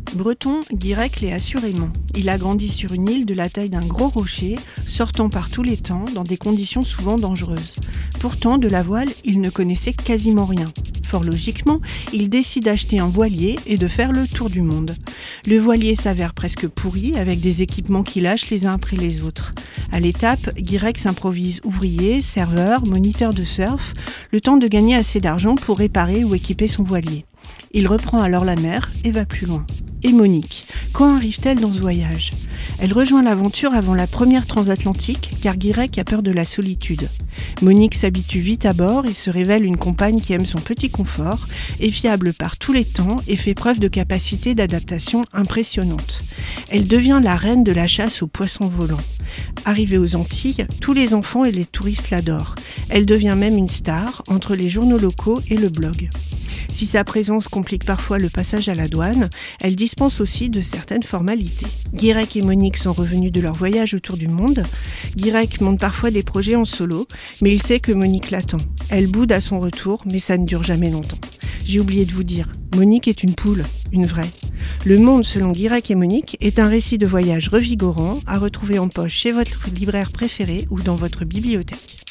Breton, Guirec l'est assurément. Il a grandi sur une île de la taille d'un gros rocher, sortant par tous les temps, dans des conditions souvent dangereuses. Pourtant, de la voile, il ne connaissait quasiment rien. Fort logiquement, il décide d'acheter un voilier et de faire le tour du monde. Le voilier s'avère presque pourri, avec des équipements qui lâchent les uns après les autres. À l'étape, Guirec s'improvise ouvrier, serveur, moniteur de surf, le temps de gagner assez d'argent pour réparer ou équiper son voilier. Il reprend alors la mer et va plus loin. Et Monique, quand arrive-t-elle dans ce voyage ? Elle rejoint l'aventure avant la première transatlantique, car Guirec a peur de la solitude. Monique s'habitue vite à bord et se révèle une compagne qui aime son petit confort, est fiable par tous les temps et fait preuve de capacité d'adaptation impressionnante. Elle devient la reine de la chasse aux poissons volants. Arrivée aux Antilles, tous les enfants et les touristes l'adorent. Elle devient même une star entre les journaux locaux et le blog. Si sa présence complique parfois le passage à la douane, elle dispense aussi de certaines formalités. Guirec et Monique sont revenus de leur voyage autour du monde. Guirec monte parfois des projets en solo, mais il sait que Monique l'attend. Elle boude à son retour, mais ça ne dure jamais longtemps. J'ai oublié de vous dire, Monique est une poule, une vraie. Le Monde selon Guirec et Monique est un récit de voyage revigorant à retrouver en poche chez votre libraire préféré ou dans votre bibliothèque.